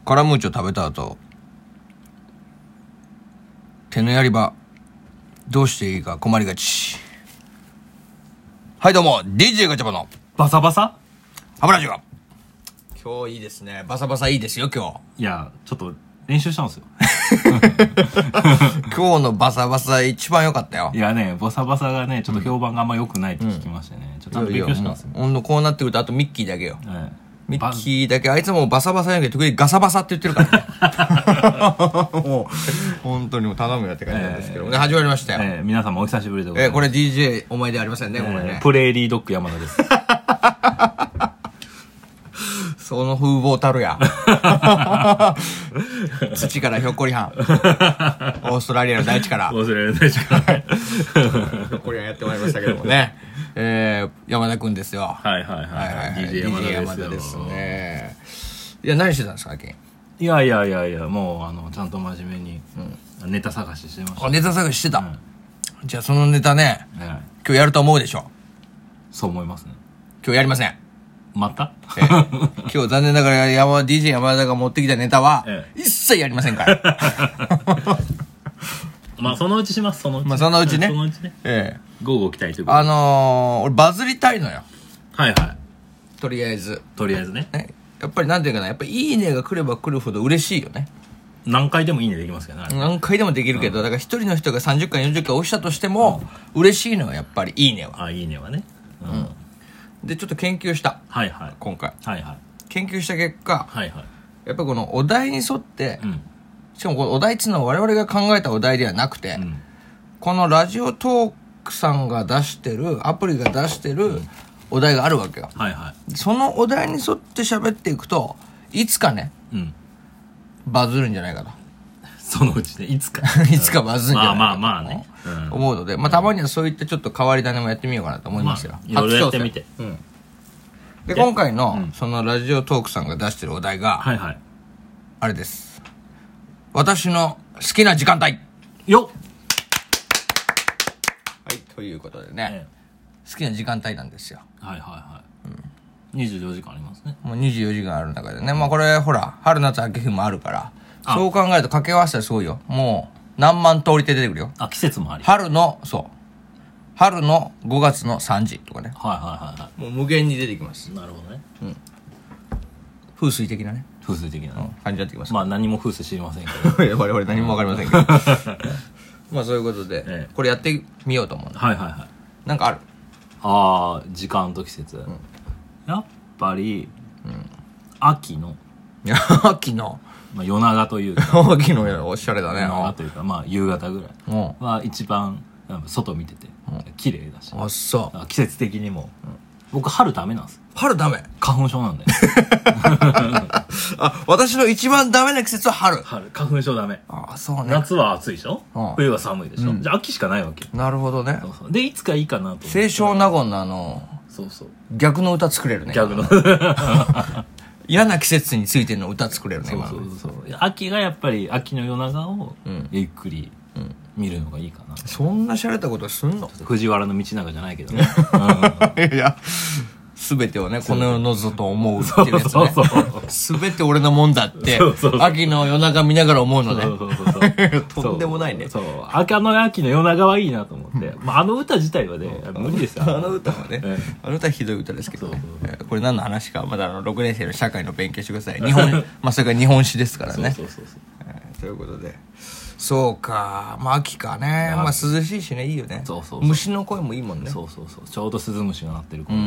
カラムーチョ食べた後、手のやり場どうしていいか困りがち。はいどうも DJ ガチャバのバサバサハブラジオ。今日いいですね。バサバサいいですよ今いやちょっと練習したんですよ日。今日のバサバサ一番良かったよ。 いやねバサバサがねちょっと評判があんま良くないって聞きましてね、ちょっと勉強してますよ。 ほんとこうなってくるとあとミッキーだけよ、ミッキーだけ。あいつもバサバサやけど時々ガサバサって言ってるからねもう本当にもう頼むよって感じなんですけど、ね、始まりましたよ。 皆様お久しぶりでございます。 これ DJ お前ではありませんね、これね。 プレーリードッグ山田ですその風貌たるや土からひょっこりはんオーストラリアの大地からオーストラリアの大地からひょっこりはんやってまいりましたけどもね山田くんですよ。 はいはいはい、 DJ 山田ですね。いや何してたんですか最近。 いやもうちゃんと真面目に、ネタ探ししてました。 ネタ探ししてた、じゃあそのネタね、今日やると思うでしょ。 そう思いますね。 今日やりません。 また今日残念ながらDJ 山田が持ってきたネタは、一切やりませんからまあそのうちします。そのうち、 そのうちね。 そのうちね。午後期待ということで。 俺バズりたいのよ。 はいはい。 とりあえずね。 やっぱりなんていうかな、やっぱいいねが来れば来るほど嬉しいよね。 何回でもいいねできますけどね。 何回でもできるけど、だから一人の人が30回40回押したとしても、嬉しいのはやっぱりいいねは。 いいねはね。 でちょっと研究した。 はいはい。 今回。 はいはい。 研究した結果、 はいはい。 やっぱこのお題に沿って、しかもこのお題っていうのは我々が考えたお題ではなくて、このラジオトークさんが出してる、アプリが出してるお題があるわけよ。 はいはい。 そのお題に沿って喋っていくと、いつかね、バズるんじゃないかと。 そのうちね、いつかいつかバズるんじゃないかと。 まあね。 思うので、たまにはそういったちょっと変わり種もやってみようかなと思いますよ。 いろいろやってみて。 で、今回の、そのラジオトークさんが出してるお題が、 はいはい。 あれです。私の好きな時間帯。 よっはい、ということでね、好きな時間帯なんですよ。 はいはいはい。24時間ありますね。 もう24時間ある中でね、これほら、春夏秋冬もあるから、そう考えると掛け合わせたらすごいよ。もう、何万通りで出てくるよ。 季節もあり。 春の5月の3時とかね。 はい。 もう無限に出てきます。 なるほどね。 風水的なね。 風水的な感じになってきます。 何も風水知りませんけど。 我々何もわかりませんけど。そういうことで、これやってみようと思う。 はいはいはい。 なんかある？ 時間と季節。やっぱり、秋の。 秋の。 夜長というか。 秋のおしゃれだね。 夜長というか、夕方ぐらいは一番、外見てて、綺麗だし。 あ、そう。 季節的にも。僕、春ダメなんです。 春ダメ？ 花粉症なんで。 私の一番ダメな季節は春。 花粉症ダメ。 そうね。 夏は暑いでしょ、冬は寒いでしょ、じゃあ秋しかないわけ。 なるほどね。 で、いつかいいかなと思って。 清少納言の逆の歌作れるね。 逆の。 嫌な季節についての歌作れるね。 そう。秋がやっぱり、秋の夜長をゆっくり見るのがいいかな。 そんな洒落たことすんの？ 藤原道長じゃないけどね。 いや、すべてをね、この世のぞと思うっていうやつね。すべて俺のもんだって、秋の夜長見ながら思うのね。とんでもないね。 そう。秋の夜長はいいなと思って。あの歌自体はね、無理ですよ。 あの歌はね、あの歌はひどい歌ですけどね。これ何の話か、まだ6年生の社会の勉強してください。それから日本史ですからね。ということで。そうか、秋かね。涼しいしね、いいよね。虫の声もいいもんね。 そう。ちょうどスズムシが鳴ってる頃。い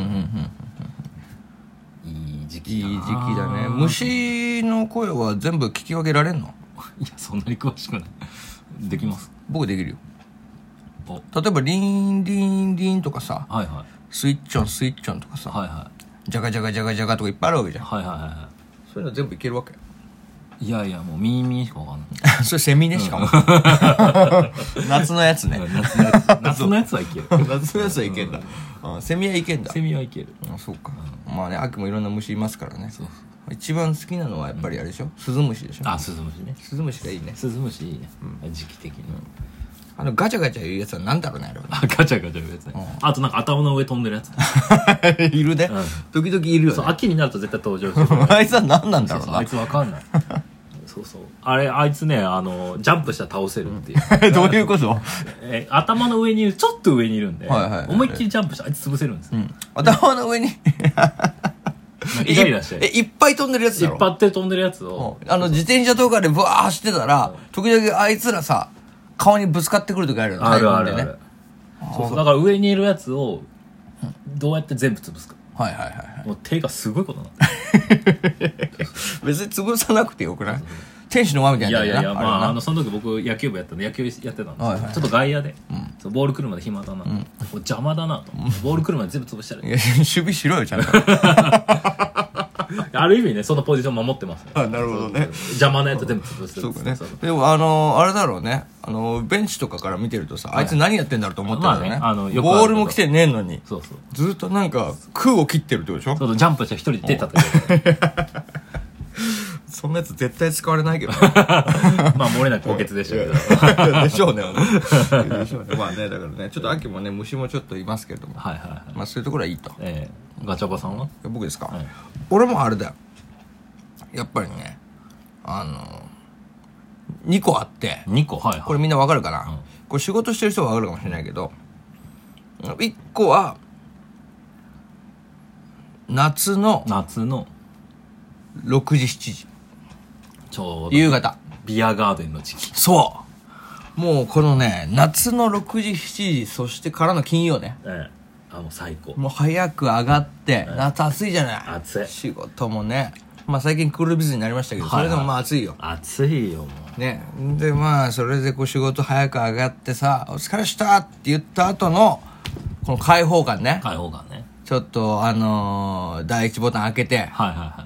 い時期だね。虫の声は全部聞き分けられんの？ いや、そんなに詳しくない。できます。 僕できるよ。例えばリンリンリンとかさ、スイッチョンとかさ、ジャガジャガジャガジャガとかいっぱいあるわけじゃん。そういうの全部いけるわけ。 いやもうミーミーしかわかんない。 それセミね、しかも。夏のやつね。 夏のやつはいける。 夏のやつはいけんだ。セミはいけんだ。 セミはいける。 そうか。秋もいろんな虫いますからね。一番好きなのはやっぱりあれでしょ、スズムシでしょ。 スズムシね。 スズムシがいいね。 スズムシいいね。時期的に。 ガチャガチャ言うやつはなんだろうね、あれは。 あ、ガチャガチャいうやつね。あとなんか頭の上飛んでるやつ。 いるね。時々いるよそう、 ね。 秋になると絶対登場してくる。 あいつは何なんだろうな。 あいつわかんない。そうそう。あいつね、ジャンプしたら倒せるっていう。 どういうこと？ 頭の上にいる、ちょっと上にいるんで、 はいはいはい思いっきりジャンプしてあいつ潰せるんですよ。 頭の上にイライラして。 いっぱい飛んでるやつだろ。 いっぱい飛んでるやつを。 自転車とかでブワー走ってたら、時々あいつらさ、顔にぶつかってくる時あるよね。 あるあるある。そうそう。だから上にいるやつを、どうやって全部潰すか。 はいはいはい。 もう手がすごいことになってる。 別に潰さなくてよくない？天使の輪みたいな。 いや、まあ、その時僕野球部やったんで、野球やってたんですよ。ちょっと外野で、ボール来るまで暇だな。邪魔だなと。ボール来るまで全部潰したら。 いや、守備しろよ、ちゃんと。 ある意味ね、そのポジション守ってますね。 あ、なるほどね。 邪魔なやつ全部潰す。 そうかね。でも、あれだろうね。ベンチとかから見てるとさ、あいつ何やってんだろうと思ってたよね。ボールも来てねえのに。 そうそう。 ずっとなんか、空を切ってるってことでしょ？ そう、ジャンプして一人で出たって。 そんなやつ絶対使われないけど。 まあ、漏れなく高血でしたけど。 でしょうね。でしょうね。まあね、だからね、ちょっと秋もね、虫もちょっといますけれども。 はいはいはい。 まあそういうところはいいと。 ガチャバさんは？ 僕ですか？俺もあれだよ。やっぱりね、2個あって。 2個？はいはい。 これみんなわかるかな？これ仕事してる人はわかるかもしれないけど、1個は、夏の6時、7時。 ちょうど。 夕方。 ビアガーデンの時期。 そう。もうこのね、夏の6時、7時、そしてからの金曜ね。 もう最高。 もう早く上がって、夏暑いじゃない。 暑い。 仕事もね。まあ最近クールビズになりましたけど、それでもまあ暑いよ。 暑いよ、もう。ね。でまあ、それでこう仕事早く上がってさ、お疲れしたって言った後の、この開放感ね。 開放感ね。 ちょっと第一ボタン開けて、 はいはいはい。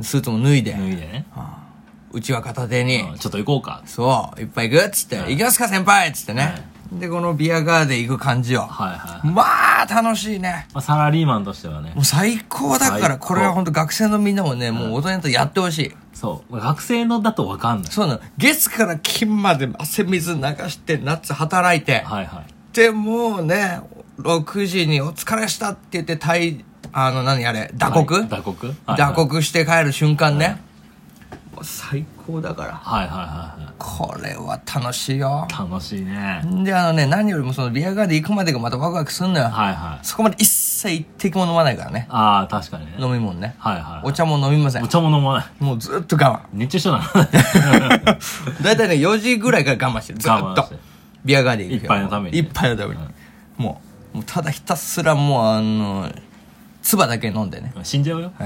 スーツも脱いで。 脱いでね。 うちは片手に。 ちょっと行こうか。 そう、いっぱい行くっつって、行きますか先輩っつってね。で、このビアガーデン行く感じよ。 はいはい。 まあ、楽しいね。 サラリーマンとしてはね。 もう最高だから、これは本当学生のみんなもね、もう大人とやってほしい。 そう。学生のだと分かんない。 そうなの。月から金まで汗水流して夏働いて。 はいはい。 で、もうね、6時にお疲れしたって言って、何あれ、打刻打刻して帰る瞬間ね。最高だから。 はいはいはいはい。 これは楽しいよ。 楽しいね。 で、何よりもそのビアガーデン行くまでがまたワクワクすんのよ。 はいはい。 そこまで一切一滴も飲まないからね。 ああ、確かにね。 飲み物ね。 はいはい。 お茶も飲みません。 お茶も飲まない。 もうずっと我慢。 熱中症なの。 だいたいね、4時ぐらいから我慢してる。ずっと。ビアガーデン行くよ。 一杯のために。 一杯のために。もうただひたすらもう唾だけ飲んでね。 死んじゃうよ。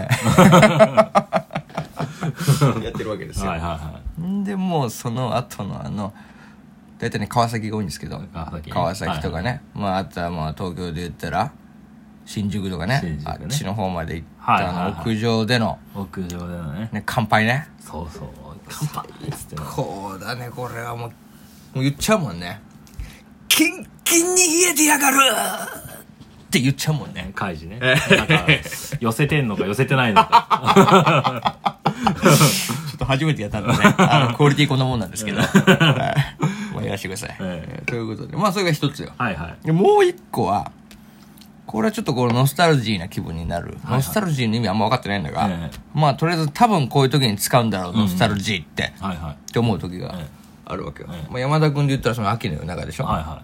やってるわけですよ。 はいはいはい。 で、もうその後のだいたいね、川崎が多いんですけど、川崎とかね。まあ、あとはまあ、東京で言ったら、新宿とかね。あっちの方まで行った屋上での。 屋上でのね。 乾杯ね。 そうそう。乾杯っつってね。 こうだね、これはもう言っちゃうもんね。キンキンに冷えてやがるって言っちゃうもんね。 カイジね。なんか、寄せてんのか寄せてないのか。 ちょっと初めてやったんでね。クオリティこんなもんなんですけど。まあ、やらせてください。ということで、まあ、それが一つよ。 はいはい。 もう一個は、これはちょっとこのノスタルジーな気分になる。ノスタルジーの意味あんま分かってないんだが、まあ、とりあえず多分こういう時に使うんだろう、ノスタルジーって。 はいはい。 って思う時があるわけよ。まあ、山田君で言ったらその秋の夜長でしょ。はいはい。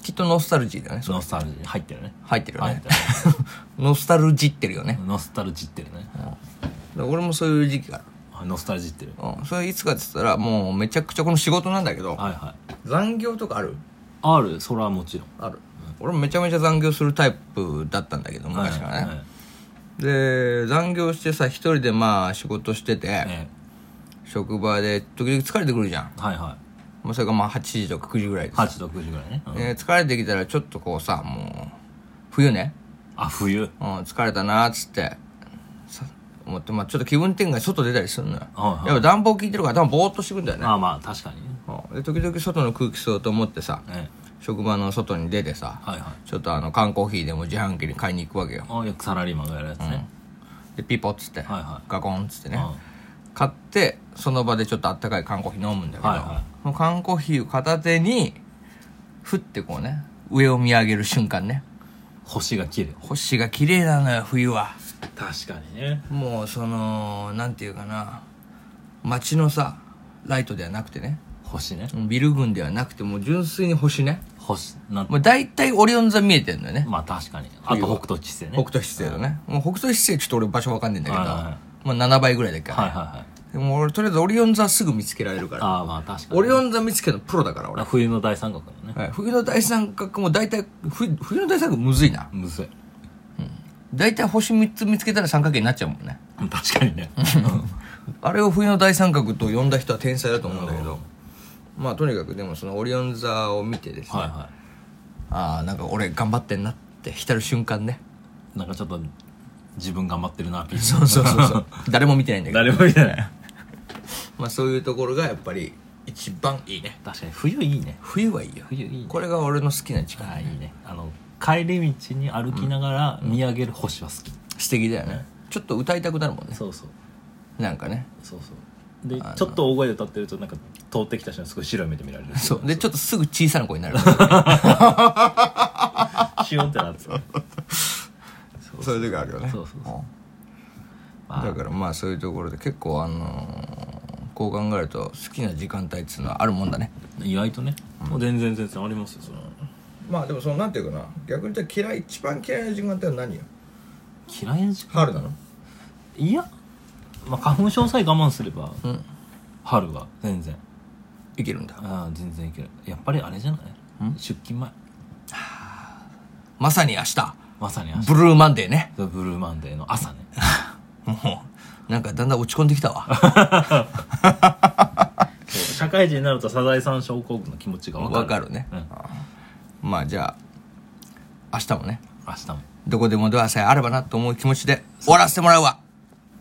きっとノスタルジーだよね。 ノスタルジー。入ってるね。 入ってるよね。ノスタルジーってるよね。 ノスタルジーってるね。 俺もそういう時期がある。 ノスタルジーってる。 それいつかって言ったらもうめちゃくちゃこの仕事なんだけど、 はいはい。 残業とかある？ ある。それはもちろん。 ある。俺もめちゃめちゃ残業するタイプだったんだけど、昔からね。で、残業してさ、一人でまあ仕事してて、職場で時々疲れてくるじゃん。はいはい。もうそれがまあ8時とか9時ぐらいでさ。 8時とか9時ぐらいね。 疲れてきたらちょっとこうさ、もう、冬ね。 あ、冬。 疲れたなーっつって、思って、まあちょっと気分転換外出たりするのよ。やっぱ暖房効いてるから頭ぼーっとしてくんだよね。 まあまあ、確かにね。 で、時々外の空気吸おうと思ってさ、職場の外に出てさ、ちょっと缶コーヒーでも自販機に買いに行くわけよ。 よくサラリーマンがやるやつね。 で、ピポッつって、ガコンっつってね。買って、その場でちょっとあったかい缶コーヒー飲むんだけど、その缶コーヒーを片手に、 ふってこうね上を見上げる瞬間ね、 星が綺麗。 星が綺麗なのよ冬は。 確かにね。 もうそのなんていうかな、街のさライトではなくてね、 星ね。 ビル群ではなくてもう純粋に星ね。 星なんて、 もう大体オリオン座見えてんだよね。 まあ確かに。あと北斗七星ね。 北斗七星のね、もう北斗七星ちょっと俺場所わかんねえんだけど、 はいはいはい、 まあ7倍ぐらいだっけ、 はいはいはい。 でも俺とりあえずオリオン座すぐ見つけられるから。 ああまあ確かに。 オリオン座見つけるのプロだから俺。 冬の大三角のね。 はい、冬の大三角も大体冬の大三角むずいな。 むずい。 大体星3つ見つけたら三角形になっちゃうもんね。 確かにね。 あれを冬の大三角と呼んだ人は天才だと思うんだけど、まあとにかくでもそのオリオン座を見てですね、 はいはい。 ああなんか俺頑張ってんなって浸る瞬間ね。 なんかちょっと自分頑張ってるなアピール。 そうそうそうそう誰も見てないんだけど、 誰も見てない。 まあそういうところがやっぱり一番いいね。 確かに冬いいね。 冬はいいよ。 冬いいね。 これが俺の好きな時間。 ああいいね。帰り道に歩きながら見上げる星は好き。 素敵だよね。ちょっと歌いたくなるもんね。 そうそう。 なんかね。 そうそう。でちょっと大声で歌ってるとなんか通ってきた人にすごい白い目で見られる。 そうでちょっとすぐ小さな声になる。 シュンってなってそういう時あるよね。 そうそうそう。 だからまあそういうところで結構こう考えると好きな時間帯っていうのはあるもんだね。 意外とね、もう全然ありますよその。 まあでもそのなんていうかな、逆に言ったら一番嫌いな時間帯は何よ。 嫌いな時間。 春なの？ いや、まあ花粉症さえ我慢すれば、春は全然いけるんだ。 ああ全然いける。やっぱりあれじゃない？出勤前。 まさに明日。 まさに明日。 ブルーマンデーね。 ブルーマンデーの朝ね。 もうなんかだんだん落ち込んできたわ。 そう社会人になるとサザエさん症候群の気持ちが分かるね。 まあじゃあ明日もね、 明日もどこでもドアさえあればなと思う気持ちで終わらせてもらうわ。